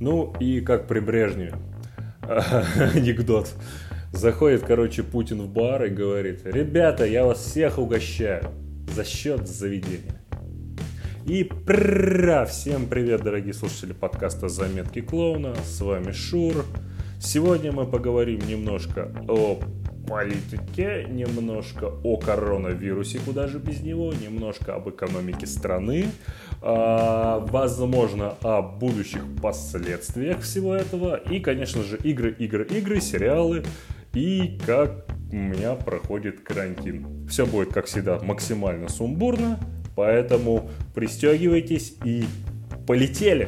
Ну и как при Брежневе. Анекдот. Заходит, Путин в бар и говорит: ребята, я вас всех угощаю за счет заведения. И всем привет, дорогие слушатели подкаста «Заметки клоуна». С вами Шур. Сегодня мы поговорим немножко о политике, немножко о коронавирусе, куда же без него, немножко об экономике страны, возможно, о будущих последствиях всего этого и, конечно же, игры, сериалы и как у меня проходит карантин. Все будет, как всегда, максимально сумбурно, поэтому пристегивайтесь и полетели!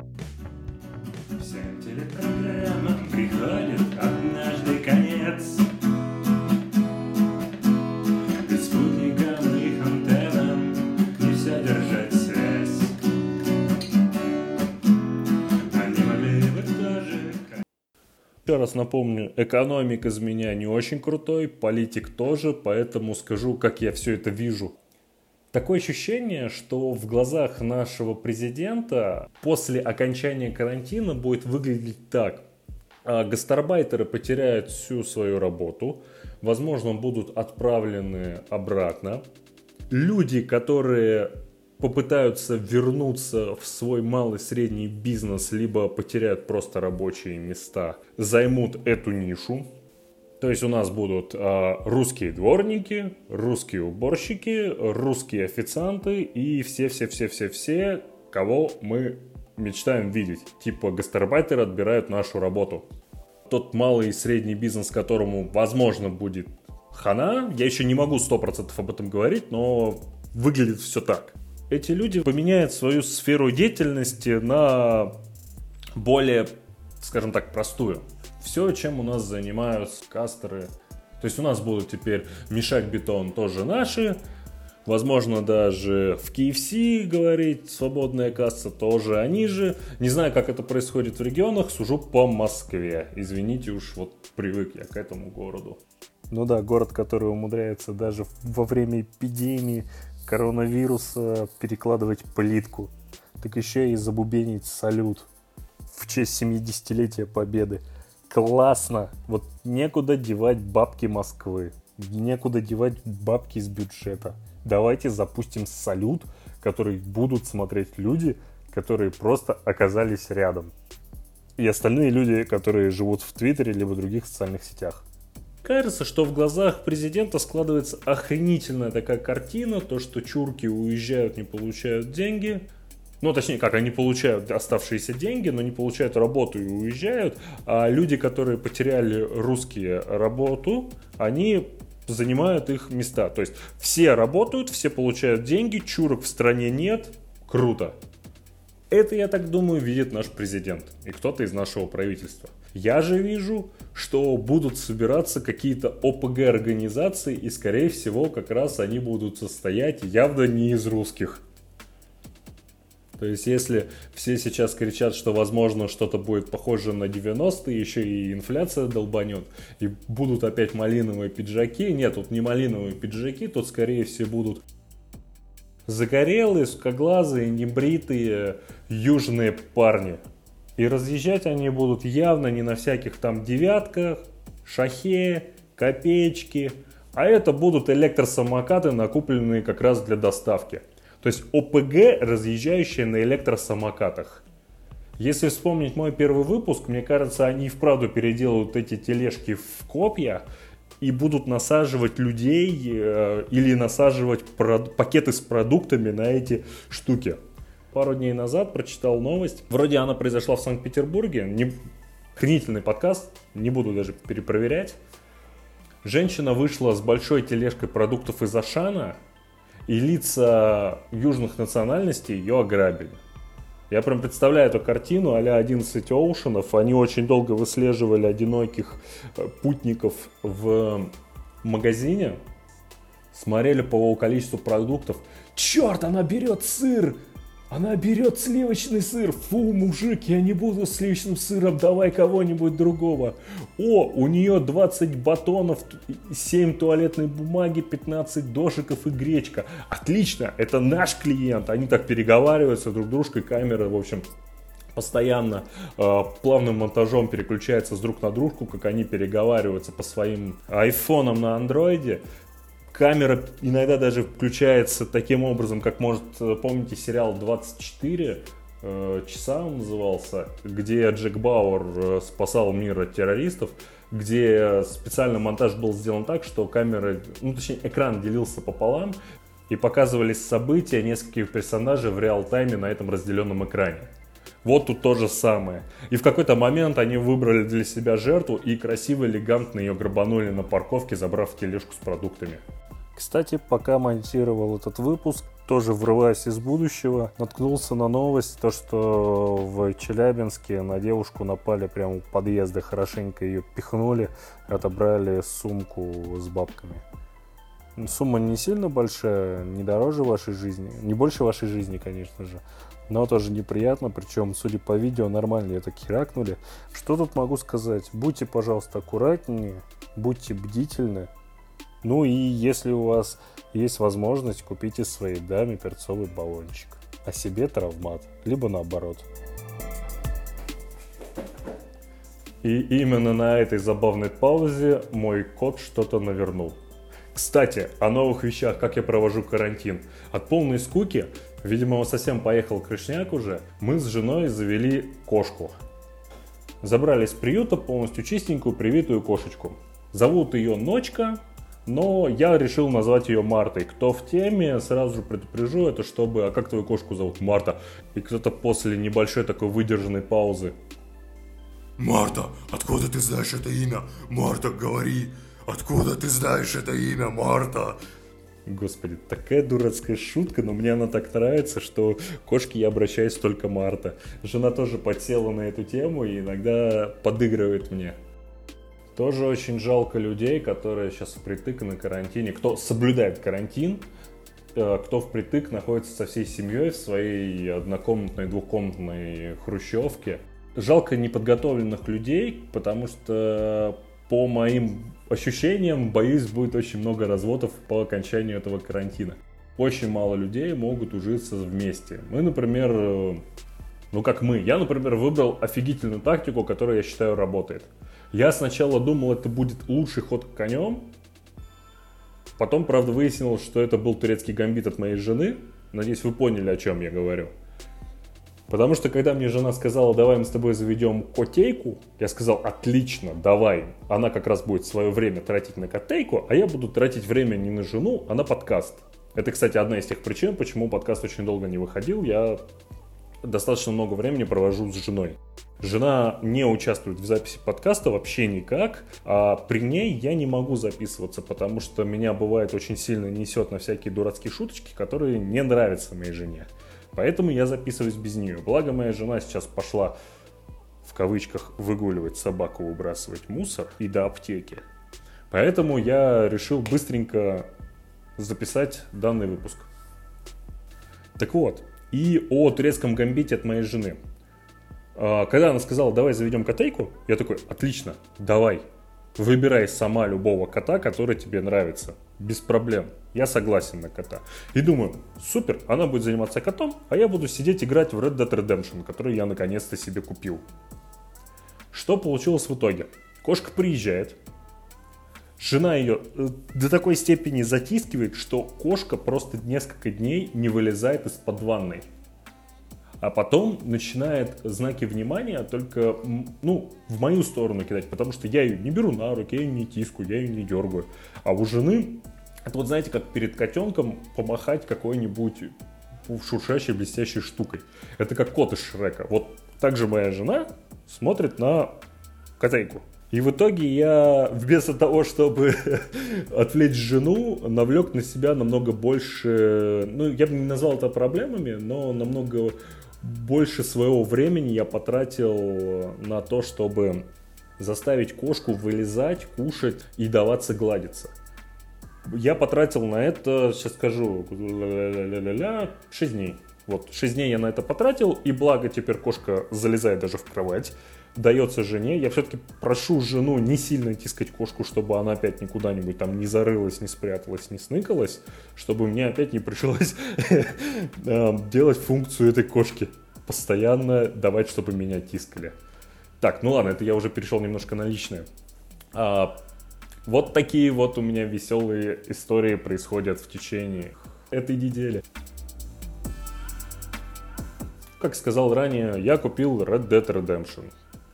Всем телепрограммам приходит однажды конец. Ведь спутникам и их антеннам нельзя держать связь. Они могли бы тоже... Еще раз напомню, экономик из меня не очень крутой, политик тоже, поэтому скажу, как я все это вижу. Такое ощущение, что в глазах нашего президента после окончания карантина будет выглядеть так. Гастарбайтеры потеряют всю свою работу, возможно, будут отправлены обратно. Люди, которые попытаются вернуться в свой малый средний бизнес, либо потеряют просто рабочие места, займут эту нишу. То есть у нас будут русские дворники, русские уборщики, русские официанты и все, кого мы мечтаем видеть. Типа гастарбайтеры отбирают нашу работу. Тот малый и средний бизнес, которому, возможно, будет хана, я еще не могу 100% об этом говорить, но выглядит все так. Эти люди поменяют свою сферу деятельности на более, скажем так, простую. Все, чем у нас занимаются кастеры. То есть у нас будут теперь мешать бетон тоже наши. Возможно, даже в KFC говорить свободная касса тоже они же. Не знаю, как это происходит в регионах, сужу по Москве. Извините уж, вот привык я к этому городу. Ну да, город, который умудряется даже во время эпидемии коронавируса перекладывать плитку. Так еще и забубенить салют в честь 70-летия Победы. Классно! Вот некуда девать бабки Москвы. Некуда девать бабки из бюджета. Давайте запустим салют, который будут смотреть люди, которые просто оказались рядом. И остальные люди, которые живут в Твиттере либо других социальных сетях. Кажется, что в глазах президента складывается охренительная такая картина, то, что чурки уезжают, не получают деньги. Ну, точнее, как, они получают оставшиеся деньги, но не получают работу и уезжают. А люди, которые потеряли русские работу, они занимают их места. То есть все работают, все получают деньги, чурок в стране нет. Круто. Это, я так думаю, видит наш президент и кто-то из нашего правительства. Я же вижу, что будут собираться какие-то ОПГ-организации, и, скорее всего, как раз они будут состоять явно не из русских. То есть, если все сейчас кричат, что, возможно, что-то будет похоже на 90-е, еще и инфляция долбанет, и будут опять малиновые пиджаки. Нет, тут не малиновые пиджаки, тут, скорее всего, будут загорелые, сукоглазые, небритые южные парни. И разъезжать они будут явно не на всяких там девятках, шахе, копеечки, а это будут электросамокаты, накупленные как раз для доставки. То есть ОПГ, разъезжающие на электросамокатах. Если вспомнить мой первый выпуск, мне кажется, они вправду переделают эти тележки в копья и будут насаживать людей или насаживать пакеты с продуктами на эти штуки. Пару дней назад прочитал новость. Вроде она произошла в Санкт-Петербурге. Охренительный подкаст, не буду даже перепроверять. Женщина вышла с большой тележкой продуктов из Ашана, и лица южных национальностей ее ограбили. Я прям представляю эту картину а-ля 11 Оушенов. Они очень долго выслеживали одиноких путников в магазине. Смотрели по количеству продуктов. Черт, она берет сыр! Она берет сливочный сыр. Фу, мужик, я не буду сливочным сыром, давай кого-нибудь другого. О, у нее 20 батонов, 7 туалетной бумаги, 15 дошиков и гречка. Отлично, это наш клиент. Они так переговариваются друг с дружкой, камеры, в общем, постоянно плавным монтажом переключается с друг на дружку, как они переговариваются по своим айфонам на андроиде. Камера иногда даже включается таким образом, как, может, помните сериал «24 часа» он назывался, где Джек Бауэр спасал мир от террористов, где специально монтаж был сделан так, что камера, ну точнее экран делился пополам, и показывались события нескольких персонажей в реал-тайме на этом разделенном экране. Вот тут то же самое. И в какой-то момент они выбрали для себя жертву и красиво, элегантно ее грабанули на парковке, забрав тележку с продуктами. Кстати, пока монтировал этот выпуск, тоже врываясь из будущего, наткнулся на новость, то что в Челябинске на девушку напали прямо у подъезда, хорошенько ее пихнули, отобрали сумку с бабками. Сумма не сильно большая, не дороже вашей жизни, не больше вашей жизни, конечно же, но тоже неприятно, причем, судя по видео, нормально ее так херакнули. Что тут могу сказать? Будьте, пожалуйста, аккуратнее, будьте бдительны. Ну и если у вас есть возможность, купите своей даме перцовый баллончик, а себе травмат, либо наоборот. И именно на этой забавной паузе мой кот что-то навернул. Кстати, о новых вещах, как я провожу карантин. От полной скуки, видимо, он совсем поехал крышняк уже, мы с женой завели кошку. Забрали с приюта полностью чистенькую, привитую кошечку. Зовут ее Ночка, но я решил назвать ее Мартой. Кто в теме, сразу же предупрежу, это чтобы... А как твою кошку зовут? Марта. И кто-то после небольшой такой выдержанной паузы: Марта, откуда ты знаешь это имя? Марта, говори, откуда ты знаешь это имя, Марта? Господи, такая дурацкая шутка, но мне она так нравится, что к кошке я обращаюсь только Марта. Жена тоже подсела на эту тему и иногда подыгрывает мне. Тоже очень жалко людей, которые сейчас впритык на карантине, кто соблюдает карантин, кто впритык находится со всей семьей в своей однокомнатной, двухкомнатной хрущевке. Жалко неподготовленных людей, потому что, по моим ощущениям, боюсь, будет очень много разводов по окончанию этого карантина. Очень мало людей могут ужиться вместе. Мы, например, я, например, выбрал офигительную тактику, которая, я считаю, работает. Я сначала думал, это будет лучший ход конем. Потом, правда, выяснилось, что это был турецкий гамбит от моей жены. Надеюсь, вы поняли, о чем я говорю. Потому что, когда мне жена сказала, давай мы с тобой заведем котейку, я сказал, отлично, давай. Она как раз будет свое время тратить на котейку, а я буду тратить время не на жену, а на подкаст. Это, кстати, одна из тех причин, почему подкаст очень долго не выходил. Я достаточно много времени провожу с женой. Жена не участвует в записи подкаста вообще никак, а при ней я не могу записываться, потому что меня бывает очень сильно несет на всякие дурацкие шуточки, которые не нравятся моей жене. Поэтому я записываюсь без нее. Благо моя жена сейчас пошла, в кавычках, выгуливать собаку, выбрасывать мусор и до аптеки. Поэтому я решил быстренько записать данный выпуск. Так вот, и о турецком гамбите от моей жены. Когда она сказала, давай заведем котейку, я такой, отлично, давай. Выбирай сама любого кота, который тебе нравится. Без проблем. Я согласен на кота. И думаю, супер, она будет заниматься котом, а я буду сидеть играть в Red Dead Redemption, который я наконец-то себе купил. Что получилось в итоге? Кошка приезжает. Жена ее до такой степени затискивает, что кошка просто несколько дней не вылезает из-под ванной. А потом начинает знаки внимания только, в мою сторону кидать, потому что я ее не беру на руки, я ее не тискаю, я ее не дергаю. А у жены, это вот знаете, как перед котенком помахать какой-нибудь шуршащей, блестящей штукой. Это как кот из Шрека. Вот так же моя жена смотрит на котейку. И в итоге я, вместо того, чтобы отвлечь жену, навлек на себя намного больше, я бы не назвал это проблемами, но намного больше своего времени я потратил на то, чтобы заставить кошку вылезать, кушать и даваться гладиться. Я потратил на это, сейчас скажу, 6 дней. Вот, 6 дней я на это потратил, и благо теперь кошка залезает даже в кровать, дается жене. Я все-таки прошу жену не сильно тискать кошку, чтобы она опять никуда-нибудь там не зарылась, не спряталась, не сныкалась, чтобы мне опять не пришлось делать функцию этой кошки. постоянно давать, чтобы меня тискали. Так, ну ладно, это я уже перешел немножко на личное. Вот такие вот у меня веселые истории происходят в течение этой недели. Как сказал ранее, я купил Red Dead Redemption.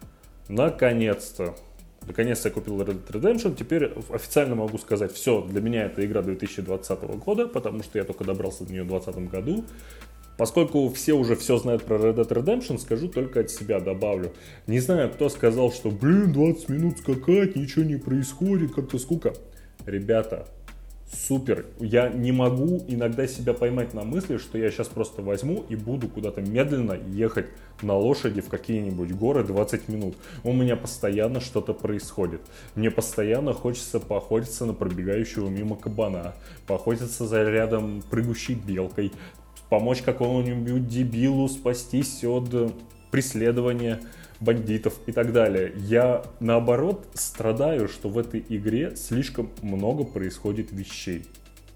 Наконец-то я купил Red Dead Redemption. Теперь официально могу сказать, все, для меня это игра 2020 года, потому что я только добрался до нее в 2020 году. Поскольку все уже все знают про Red Dead Redemption, скажу только от себя, добавлю. Не знаю, кто сказал, что, 20 минут скакать, ничего не происходит, как-то скука. Ребята, супер. Я не могу иногда себя поймать на мысли, что я сейчас просто возьму и буду куда-то медленно ехать на лошади в какие-нибудь горы 20 минут. У меня постоянно что-то происходит. Мне постоянно хочется поохотиться на пробегающего мимо кабана, поохотиться за рядом прыгущей белкой, помочь какому-нибудь дебилу спастись от преследования бандитов и так далее. Я, наоборот, страдаю, что в этой игре слишком много происходит вещей.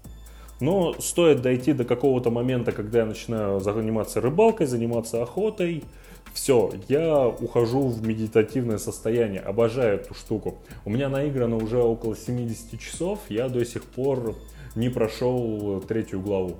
Но стоит дойти до какого-то момента, когда я начинаю заниматься рыбалкой, заниматься охотой, все, я ухожу в медитативное состояние, обожаю эту штуку. У меня наиграно уже около 70 часов, я до сих пор не прошел 3 главу.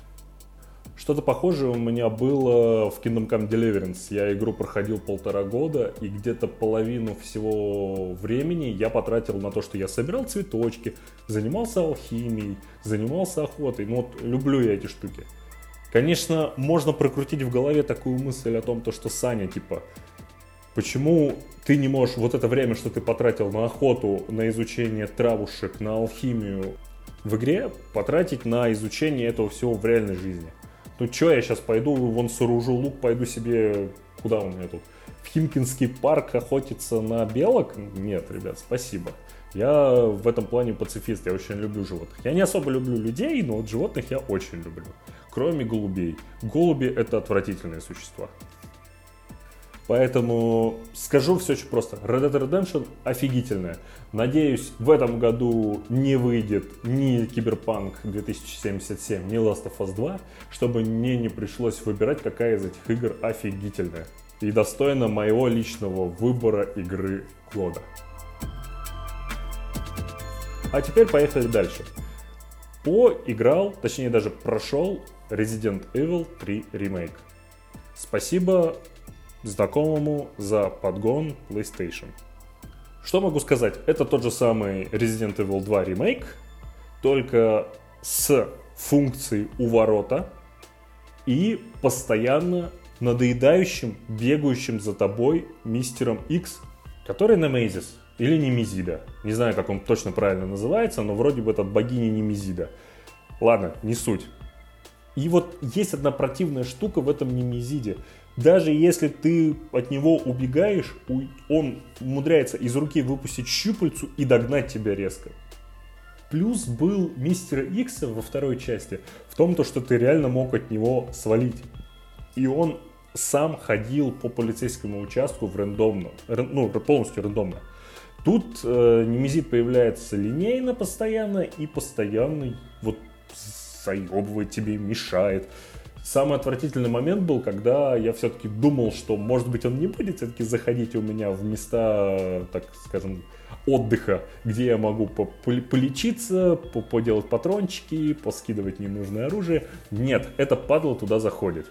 Что-то похожее у меня было в Kingdom Come Deliverance. Я игру проходил 1,5 года, и где-то половину всего времени я потратил на то, что я собирал цветочки, занимался алхимией, занимался охотой. Ну вот, люблю я эти штуки. Конечно, можно прокрутить в голове такую мысль о том, что Саня, типа, почему ты не можешь вот это время, что ты потратил на охоту, на изучение травушек, на алхимию в игре, потратить на изучение этого всего в реальной жизни? Ну чё, я сейчас пойду, вон сооружу лук, пойду себе, куда у меня тут, в Химкинский парк охотиться на белок? Нет, ребят, спасибо. Я в этом плане пацифист, я очень люблю животных. Я не особо люблю людей, но вот животных я очень люблю. Кроме голубей. Голуби — это отвратительные существа. Поэтому скажу все очень просто. Red Dead Redemption офигительная. Надеюсь, в этом году не выйдет ни Cyberpunk 2077, ни Last of Us 2, чтобы мне не пришлось выбирать, какая из этих игр офигительная и достойна моего личного выбора игры года. А теперь поехали дальше. Поиграл, точнее даже прошел Resident Evil 3 Remake. Спасибо знакомому за подгон PlayStation. Что могу сказать? Это тот же самый Resident Evil 2 Remake, только с функцией уворота и постоянно надоедающим, бегающим за тобой мистером X, который Немезис или Немезида. Не знаю, как он точно правильно называется, но вроде бы это богиня Немезида. Ладно, не суть. И вот есть одна противная штука в этом Немезиде. Даже если ты от него убегаешь, он умудряется из руки выпустить щупальцу и догнать тебя резко. Плюс был Мистер Икс во второй части в том, что ты реально мог от него свалить. И он сам ходил по полицейскому участку полностью рандомно. Тут Немезид появляется линейно постоянно и постоянно заебывает тебе, мешает. Самый отвратительный момент был, когда я все-таки думал, что, может быть, он не будет все-таки заходить у меня в места, так скажем, отдыха, где я могу полечиться, поделать патрончики, поскидывать ненужное оружие. Нет, это падла туда заходит.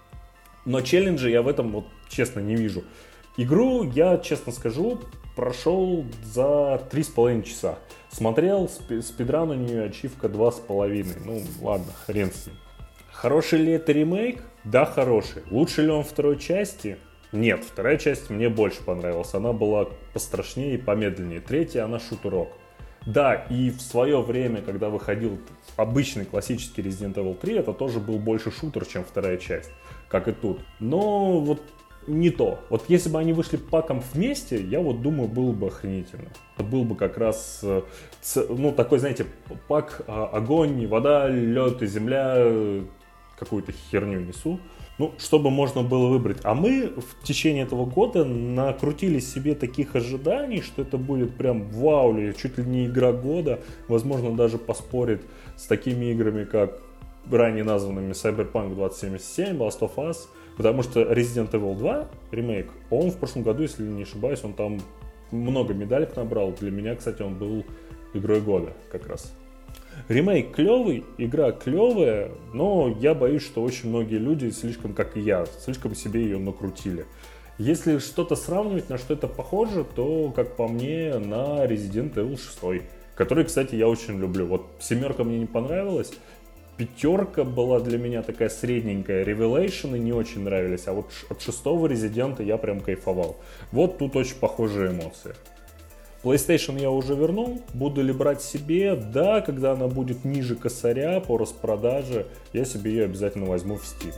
Но челленджа я в этом, честно, не вижу. Игру, я, честно скажу, прошел за 3,5 часа. Смотрел спидран у нее, ачивка 2,5. Ну, ладно, хрен с ним. Хороший ли это ремейк? Да, хороший. Лучше ли он второй части? Нет, вторая часть мне больше понравилась. Она была пострашнее и помедленнее. Третья, она шутерок. Да, и в свое время, когда выходил обычный классический Resident Evil 3, это тоже был больше шутер, чем вторая часть. Как и тут. Но не то. Если бы они вышли паком вместе, я думаю, было бы охренительно. Это был бы как раз, такой, знаете, пак огонь, вода, лед и земля, какую-то херню несу. Чтобы можно было выбрать. А мы в течение этого года накрутили себе таких ожиданий, что это будет прям вау, или чуть ли не игра года. Возможно, даже поспорит с такими играми, как ранее названными Cyberpunk 2077, Last of Us, Потому что Resident Evil 2 ремейк, он в прошлом году, если не ошибаюсь, он там много медалек набрал. Для меня, кстати, он был игрой года как раз. Ремейк клевый, игра клевая, но я боюсь, что очень многие люди, слишком, как и я, слишком себе ее накрутили. Если что-то сравнивать, на что это похоже, то, как по мне, на Resident Evil 6, который, кстати, я очень люблю. Вот 7 мне не понравилась, 5 была для меня такая средненькая, Revelations не очень нравились, а вот от 6 Resident я прям кайфовал. Вот тут очень похожие эмоции. PlayStation я уже вернул, буду ли брать себе? Да, когда она будет ниже косаря по распродаже, я себе ее обязательно возьму в Steam.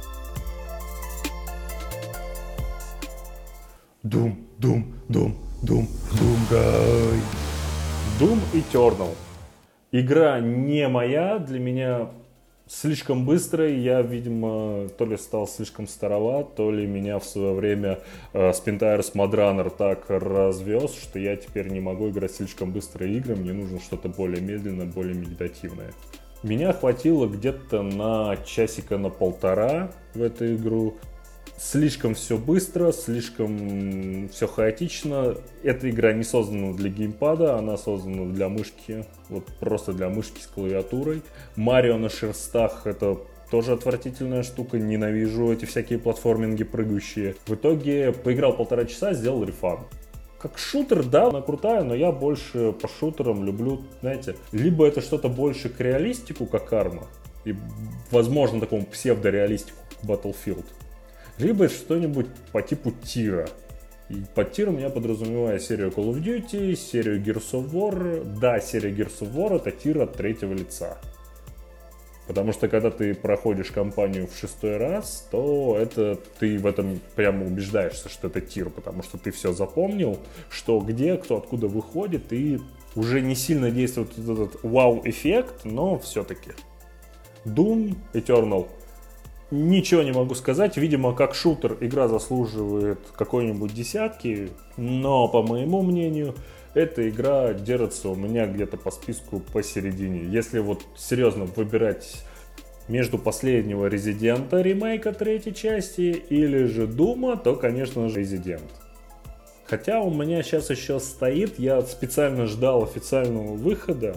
Doom Eternal. Игра не моя, для меня слишком быстрая, я, видимо, то ли стал слишком староват, то ли меня в свое время Spintires Mudrunner так развез, что я теперь не могу играть слишком быстрые игры, мне нужно что-то более медленное, более медитативное. Меня хватило где-то на часика на 1,5 в эту игру. Слишком все быстро, слишком все хаотично. Эта игра не создана для геймпада, она создана для мышки. Вот просто для мышки с клавиатурой. Марио на шерстах — это тоже отвратительная штука. Ненавижу эти всякие платформинги прыгающие. В итоге поиграл 1,5 часа, сделал рефан. Как шутер, да, она крутая, но я больше по шутерам люблю, знаете, либо это что-то больше к реалистику, как Арма, и, возможно, такому псевдореалистику, как Battlefield, либо что-нибудь по типу тира. И под тиром я подразумеваю серию Call of Duty, серию Gears of War. Да, серия Gears of War — это тир от третьего лица. Потому что когда ты проходишь кампанию в 6-й раз, то это ты в этом прямо убеждаешься, что это тир, потому что ты все запомнил, что где, кто откуда выходит, и уже не сильно действует этот вау-эффект, но все-таки. Doom Eternal. Ничего не могу сказать, видимо, как шутер игра заслуживает какой-нибудь 10, но, по моему мнению, эта игра держится у меня где-то по списку посередине. Если вот серьезно выбирать между последнего Резидента ремейка 3-й части или же Дума, то, конечно же, Резидент. Хотя у меня сейчас еще стоит, я специально ждал официального выхода.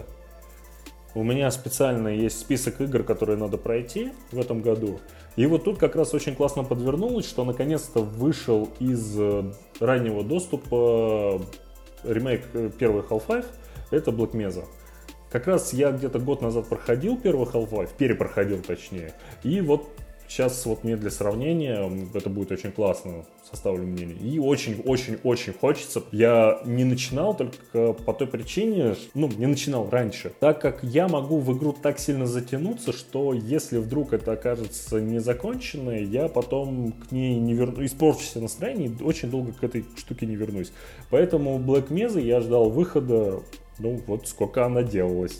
У меня специально есть список игр, которые надо пройти в этом году. И вот тут как раз очень классно подвернулось, что наконец-то вышел из раннего доступа ремейк первый Half-Life, это Black Mesa. Как раз я где-то год назад проходил первый Half-Life, перепроходил точнее, и вот сейчас вот мне для сравнения, это будет очень классно, составлю мнение. И очень-очень-очень хочется. Я не начинал только по той причине, не начинал раньше, так как я могу в игру так сильно затянуться, что если вдруг это окажется незаконченной, я потом к ней не вернусь, испорчу себе настроение и очень долго к этой штуке не вернусь. Поэтому Black Mesa я ждал выхода, вот сколько она делалась.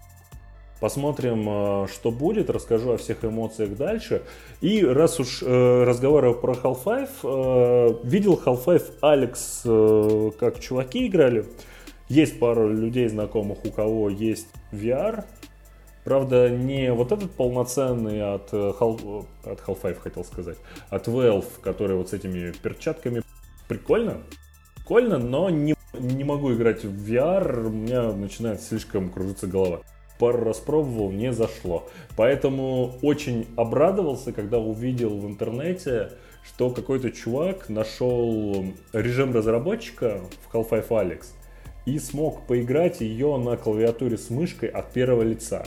Посмотрим, что будет, расскажу о всех эмоциях дальше. И раз уж разговариваю про Half-Life, видел Half-Life Алекс, как чуваки играли. Есть пару людей знакомых, у кого есть VR. Правда, не вот этот полноценный от Half-Life, хотел сказать, от Valve, который вот с этими перчатками. Прикольно, но не могу играть в VR, у меня начинает слишком кружиться голова. Пару раз пробовал, не зашло. Поэтому очень обрадовался, когда увидел в интернете, что какой-то чувак нашел режим разработчика в Half-Life Alyx и смог поиграть ее на клавиатуре с мышкой от первого лица.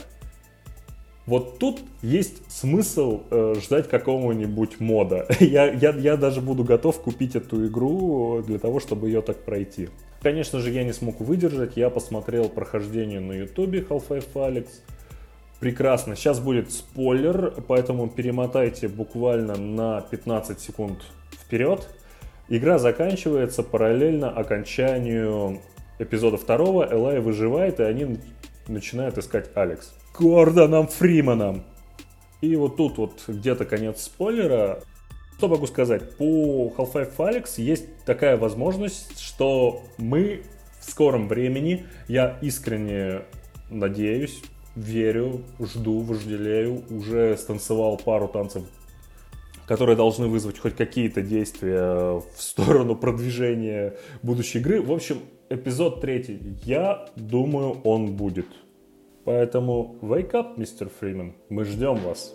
Вот тут есть смысл ждать какого-нибудь мода. Я даже буду готов купить эту игру для того, чтобы ее так пройти. Конечно же, я не смог выдержать, я посмотрел прохождение на ютубе Half-Life Alyx. Прекрасно, сейчас будет спойлер, поэтому перемотайте буквально на 15 секунд вперед. Игра заканчивается параллельно окончанию эпизода 2, Элай выживает, и они начинают искать Алекс. Гордоном Фриманом! И вот тут вот где-то конец спойлера. Что могу сказать? По Half-Life Alyx есть такая возможность, что мы в скором времени, я искренне надеюсь, верю, жду, вожделею, уже станцевал пару танцев, которые должны вызвать хоть какие-то действия в сторону продвижения будущей игры. В общем, эпизод 3, я думаю, он будет. Поэтому wake up, мистер Фримен, мы ждем вас.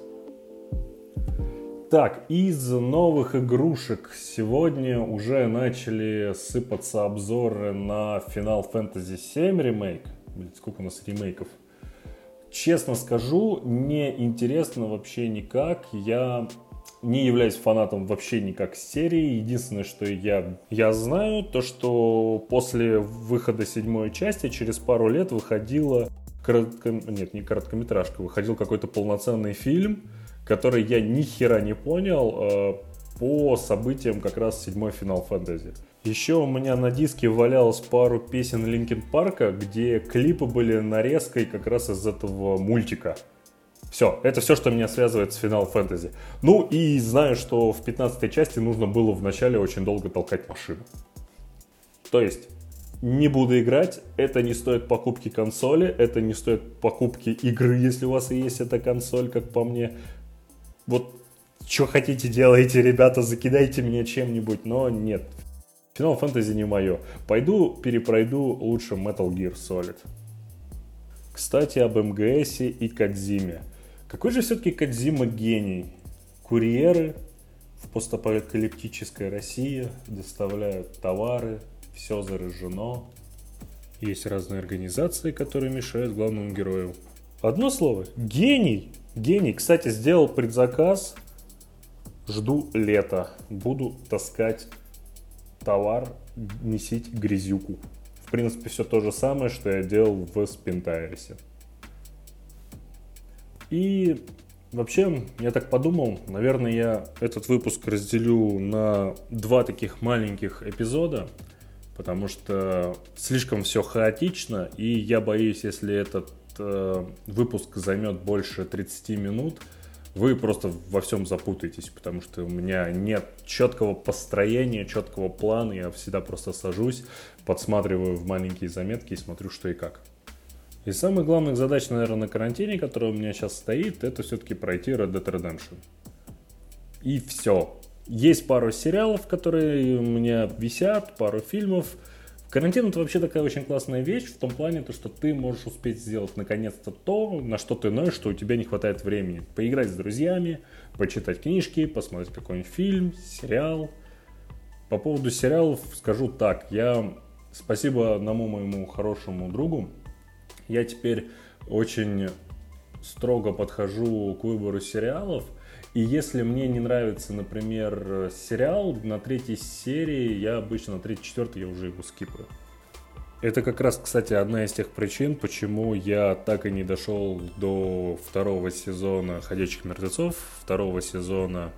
Так, из новых игрушек сегодня уже начали сыпаться обзоры на Final Fantasy VII ремейк. Блин, сколько у нас ремейков? Честно скажу, не интересно вообще никак. Я не являюсь фанатом вообще никак серии. Единственное, что я знаю, то что после выхода 7 части через пару лет выходила не короткометражка, выходил какой-то полноценный фильм, который я ни хера не понял по событиям как раз 7 Final Fantasy. Еще у меня на диске валялось пару песен Линкин Парка, где клипы были нарезкой как раз из этого мультика. Все, это все, что меня связывает с Final Fantasy. Ну и знаю, что в 15 части нужно было вначале очень долго толкать машину. То есть, не буду играть, это не стоит покупки консоли, это не стоит покупки игры, если у вас и есть эта консоль, как по мне. Вот, что хотите делайте, ребята, закидайте меня чем-нибудь, но нет. Final Fantasy не мое. Пойду перепройду лучше Metal Gear Solid. Кстати, об МГС и Кодзиме. Какой же все-таки Кодзима гений? Курьеры в постапокалиптической России доставляют товары, все заражено. Есть разные организации, которые мешают главному герою. Одно слово. Гений. Гений. Кстати, сделал предзаказ. Жду лета. Буду таскать товар, месить грязюку. В принципе, все то же самое, что я делал в Спинтайресе. И вообще, я так подумал, наверное, я этот выпуск разделю на 2 таких маленьких эпизода, потому что слишком все хаотично, и я боюсь, если этот выпуск займет больше 30 минут, вы просто во всем запутаетесь, потому что у меня нет четкого построения, четкого плана, я всегда просто сажусь, подсматриваю в маленькие заметки и смотрю, что и как. И самая главная задача, наверное, на карантине, которая у меня сейчас стоит, это все-таки пройти Red Dead Redemption. И все. Есть пару сериалов, которые у меня висят, пару фильмов. Карантин — это вообще такая очень классная вещь в том плане, что ты можешь успеть сделать наконец-то то, на что ты ноешь, что у тебя не хватает времени. Поиграть с друзьями, почитать книжки, посмотреть какой-нибудь фильм, сериал. По поводу сериалов скажу так. Спасибо одному моему хорошему другу. Я теперь очень строго подхожу к выбору сериалов. И если мне не нравится, например, сериал, на 3-й серии я обычно, на 3-4 я уже его скипаю. Это как раз, кстати, одна из тех причин, почему я так и не дошел до 2-го сезона «Ходячих мертвецов», 2-го сезона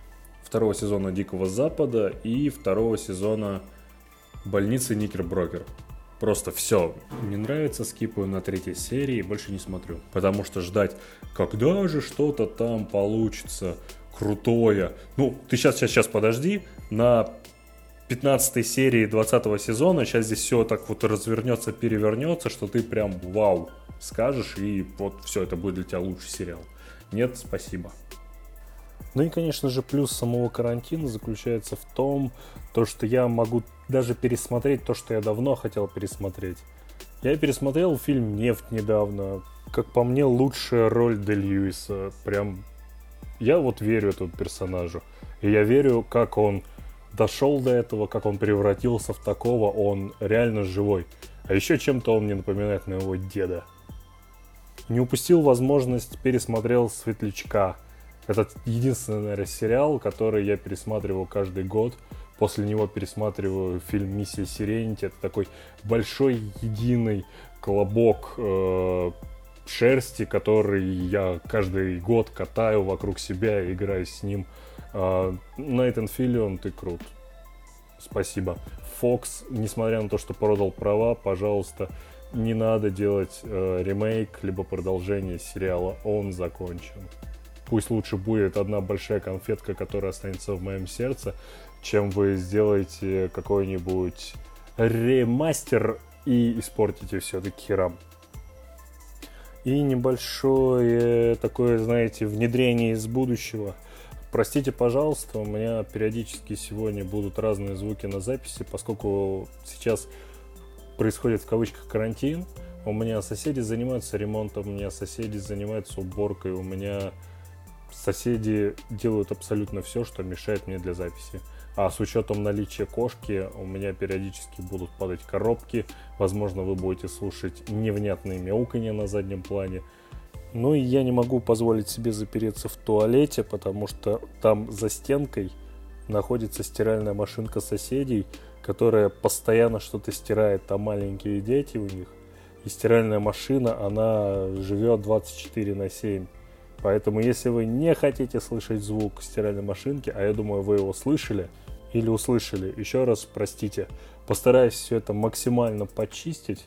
«Дикого Запада» и 2-го сезона «Больницы Никербокер». Просто все. Не нравится, скипаю на 3-й серии и больше не смотрю. Потому что ждать, когда же что-то там получится крутое. Ну, ты сейчас подожди. На 15-й серии 20-го сезона сейчас здесь все так вот развернется, перевернется, что ты прям вау скажешь, и вот все, это будет для тебя лучший сериал. Нет, спасибо. Ну и, конечно же, плюс самого карантина заключается в том, что я могу даже пересмотреть то, что я давно хотел пересмотреть. Я пересмотрел фильм «Нефть» недавно. Как по мне, лучшая роль Дэ Льюиса. Прям я вот верю этому персонажу. И я верю, как он дошел до этого, как он превратился в такого. Он реально живой. А еще чем-то он мне напоминает моего деда. Не упустил возможность, пересмотрел «Светлячка». Это единственный, наверное, сериал, который я пересматриваю каждый год. После него пересматриваю фильм «Миссия Серенити». Это такой большой единый колобок шерсти, который я каждый год катаю вокруг себя и играю с ним. Нейтан Филлион, ты крут. Спасибо. Fox, несмотря на то, что продал права, пожалуйста, не надо делать ремейк либо продолжение сериала. Он закончен. Пусть лучше будет одна большая конфетка, которая останется в моем сердце, чем вы сделаете какой-нибудь ремастер и испортите все до хера. И небольшое такое, знаете, внедрение из будущего. Простите, пожалуйста, у меня периодически сегодня будут разные звуки на записи, поскольку сейчас происходит в кавычках карантин. У меня соседи занимаются ремонтом, у меня соседи занимаются уборкой, у меня соседи делают абсолютно все, что мешает мне для записи. А с учетом наличия кошки у меня периодически будут падать коробки, возможно, вы будете слушать невнятные мяуканья на заднем плане. Ну и я не могу позволить себе запереться в туалете, потому что там за стенкой находится стиральная машинка соседей, которая постоянно что-то стирает, там маленькие дети у них. И стиральная машина, она живет 24/7. Поэтому если вы не хотите слышать звук стиральной машинки, а я думаю, вы его слышали или услышали, еще раз простите. Постараюсь все это максимально почистить.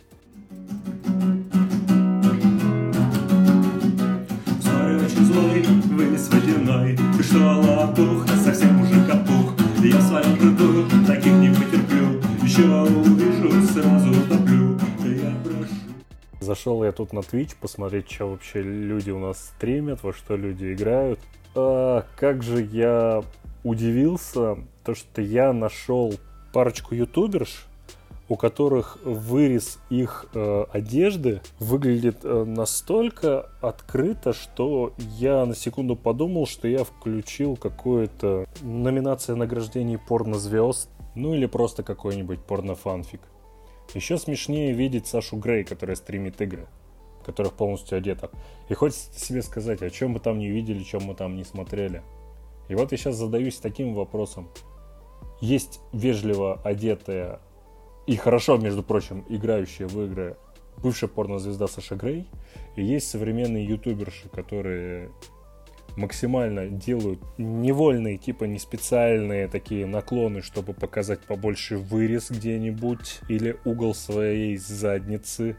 Очень злой, вынес водяной. Ты что, лопух, совсем уже капух. Я в своем пруду таких не потерплю. Еще увижу, сразу утоплю. Я прошу. Зашел я тут на Twitch посмотреть, что вообще люди у нас стримят, во что люди играют. Как же я удивился, то что я нашел парочку ютуберш, у которых вырез их одежды выглядит настолько открыто, что я на секунду подумал, что я включил какую-то номинацию награждений порнозвезд, ну или просто какой-нибудь порнофанфик. Еще смешнее видеть Сашу Грей, которая стримит игры, которая полностью одета. И хочется себе сказать, о чем мы там не видели, чем мы там не смотрели. И вот я сейчас задаюсь таким вопросом. Есть вежливо одетая и хорошо, между прочим, играющая в игры бывшая порнозвезда Саша Грей, и есть современные ютуберши, которые максимально делают невольные, типа не специальные такие наклоны, чтобы показать побольше вырез где-нибудь или угол своей задницы.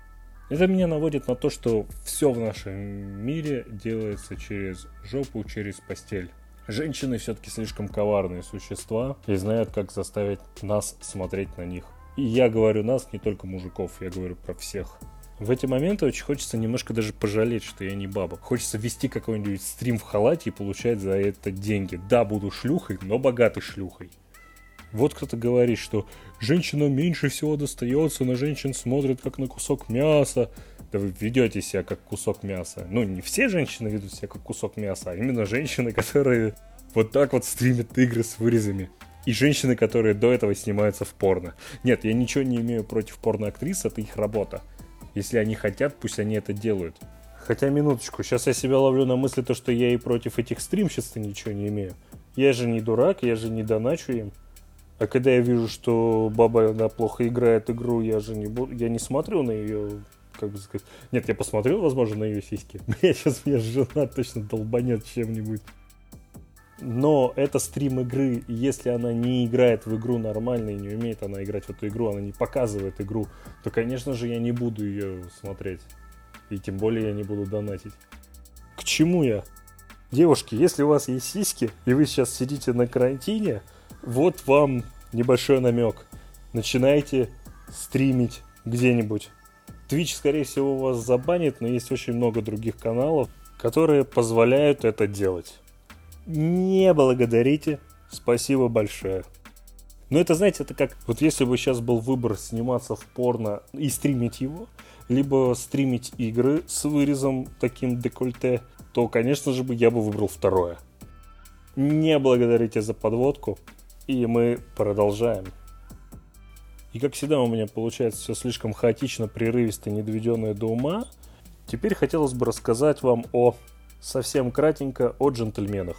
Это меня наводит на то, что все в нашем мире делается через жопу, через постель. Женщины все-таки слишком коварные существа и знают, как заставить нас смотреть на них. И я говорю нас, не только мужиков, я говорю про всех. В эти моменты очень хочется немножко даже пожалеть, что я не баба. Хочется вести какой-нибудь стрим в халате и получать за это деньги. Да, буду шлюхой, но богатой шлюхой. Вот кто-то говорит, что женщинам меньше всего достается, на женщин смотрят как на кусок мяса. Да вы ведете себя как кусок мяса. Ну, не все женщины ведут себя как кусок мяса, а именно женщины, которые вот так вот стримят игры с вырезами. И женщины, которые до этого снимаются в порно. Нет, я ничего не имею против порноактрис, это их работа. Если они хотят, пусть они это делают. Хотя, минуточку, сейчас я себя ловлю на мысли, что я и против этих стримщиц ничего не имею. Я же не дурак, я же не доначу им. А когда я вижу, что баба, она плохо играет игру, я не смотрю на ее, как бы сказать... Нет, я посмотрю, возможно, на ее сиськи. Сейчас меня жена точно долбанет чем-нибудь. Но это стрим игры, и если она не играет в игру нормально и не умеет она играть в эту игру, она не показывает игру, то, конечно же, я не буду ее смотреть. И тем более я не буду донатить. К чему я? Девушки, если у вас есть сиськи, и вы сейчас сидите на карантине, вот вам небольшой намек. Начинайте стримить где-нибудь. Twitch, скорее всего, вас забанит, но есть очень много других каналов, которые позволяют это делать. Не благодарите, спасибо большое. Но это, знаете, это как... Вот если бы сейчас был выбор сниматься в порно и стримить его, либо стримить игры с вырезом таким декольте, то, конечно же, я бы выбрал второе. Не благодарите за подводку, и мы продолжаем. И как всегда у меня получается все слишком хаотично, прерывисто, недоведенное до ума. Теперь хотелось бы рассказать вам совсем кратенько о джентльменах.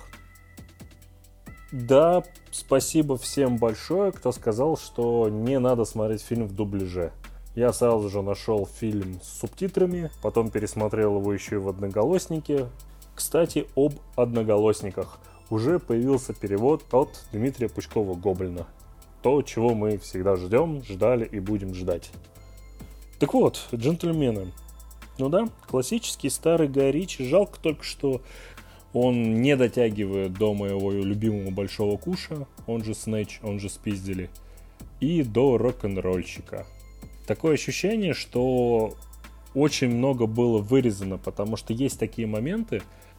Да, спасибо всем большое, кто сказал, что не надо смотреть фильм в дубляже. Я сразу же нашел фильм с субтитрами, потом пересмотрел его еще и в одноголоснике. Кстати, об одноголосниках. Уже появился перевод от Дмитрия Пучкова-Гоблина. То, чего мы всегда ждем, ждали и будем ждать. Так вот, джентльмены. Ну да, классический старый Гай Ричи. Жалко только, что он не дотягивает до моего любимого Большого Куша, он же Снэч, он же Спиздили, и до Рок-н-ролльщика. Такое ощущение, что очень много было вырезано, потому что есть такие моменты,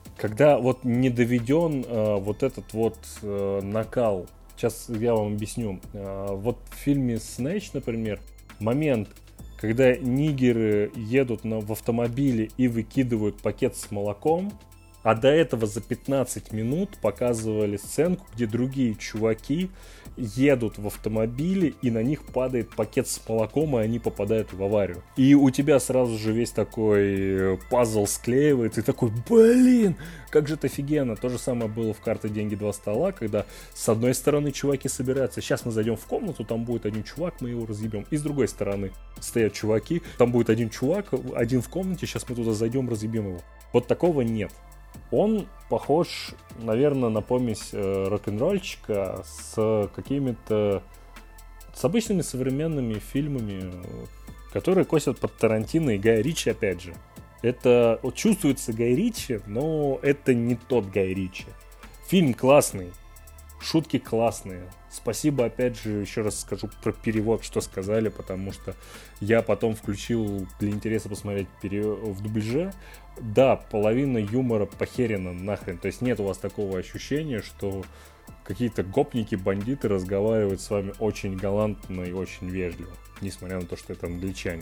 Когда вот не доведен вот этот вот накал. Сейчас я вам объясню. Вот в фильме «Снэч», например, момент, когда нигеры едут в автомобиле и выкидывают пакет с молоком, а до этого за 15 минут показывали сценку, где другие чуваки едут в автомобиле, и на них падает пакет с молоком, и они попадают в аварию. И у тебя сразу же весь такой пазл склеивается, и такой, блин, как же это офигенно. То же самое было в «Карты, деньги, два стола», когда с одной стороны чуваки собираются, сейчас мы зайдем в комнату, там будет один чувак, мы его разъебем. И с другой стороны стоят чуваки, там будет один чувак, один в комнате, сейчас мы туда зайдем, разъебем его. Вот такого нет. Он похож, наверное, на помесь рок-н-ролльчика с какими-то... с обычными современными фильмами, которые косят под Тарантино и Гая Ричи, опять же. Это вот чувствуется Гай Ричи, но это не тот Гай Ричи. Фильм классный, шутки классные. Спасибо, опять же, еще раз скажу про перевод, что сказали, потому что я потом включил для интереса посмотреть в дубляже. Да, половина юмора похерена нахрен. То есть нет у вас такого ощущения, что какие-то гопники, бандиты разговаривают с вами очень галантно и очень вежливо, несмотря на то, что это англичане.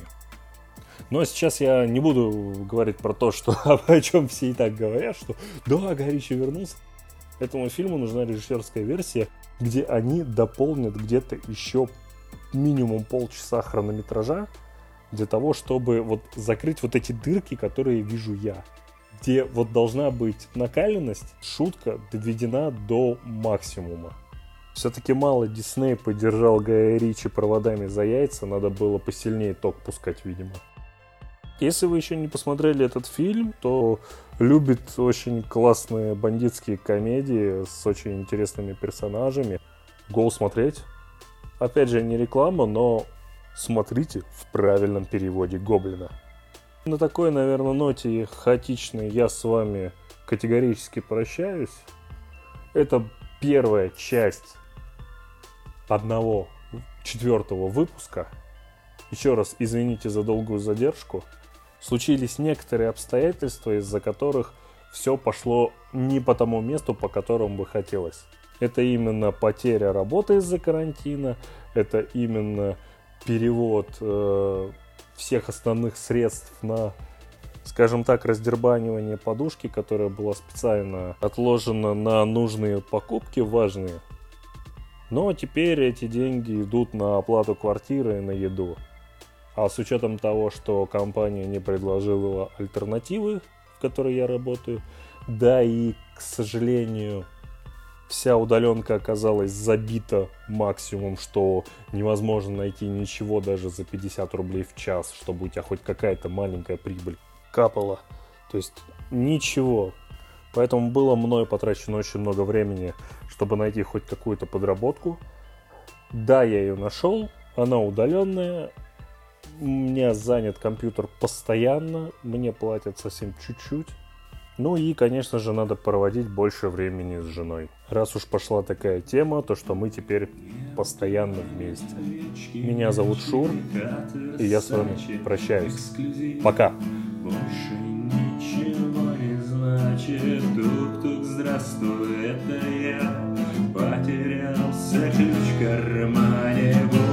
Но сейчас я не буду говорить про то, что о чем все и так говорят, что да, Гай Ричи вернулся. Этому фильму нужна режиссерская версия, где они дополнят где-то еще минимум полчаса хронометража для того, чтобы вот закрыть вот эти дырки, которые вижу я. Где вот должна быть накаленность, шутка доведена до максимума. Все-таки мало Дисней поддержал Гая Ричи проводами за яйца, надо было посильнее ток пускать, видимо. Если вы еще не посмотрели этот фильм, то любит очень классные бандитские комедии с очень интересными персонажами, go смотреть. Опять же, не реклама, но смотрите в правильном переводе Гоблина. На такой, наверное, ноте хаотичной я с вами категорически прощаюсь. Это первая часть 1/4 выпуска. Еще раз извините за долгую задержку. Случились некоторые обстоятельства, из-за которых все пошло не по тому месту, по которому бы хотелось. Это именно потеря работы из-за карантина, это именно перевод всех основных средств на, скажем так, раздербанивание подушки, которая была специально отложена на нужные покупки важные. Но теперь эти деньги идут на оплату квартиры и на еду. А с учетом того, что компания не предложила альтернативы, в которой я работаю, да и, к сожалению, вся удаленка оказалась забита максимум, что невозможно найти ничего даже за 50 рублей в час, чтобы у тебя хоть какая-то маленькая прибыль капала. То есть ничего. Поэтому было мной потрачено очень много времени, чтобы найти хоть какую-то подработку. Да, я ее нашел, она удаленная. У меня занят компьютер постоянно, мне платят совсем чуть-чуть. Ну и, конечно же, надо проводить больше времени с женой. Раз уж пошла такая тема, то что мы теперь постоянно вместе. Меня зовут Шур, и я с вами прощаюсь. Пока! Больше ничего не значит. Тук-тук, здравствуй, это я. Потерялся ключ в кармане.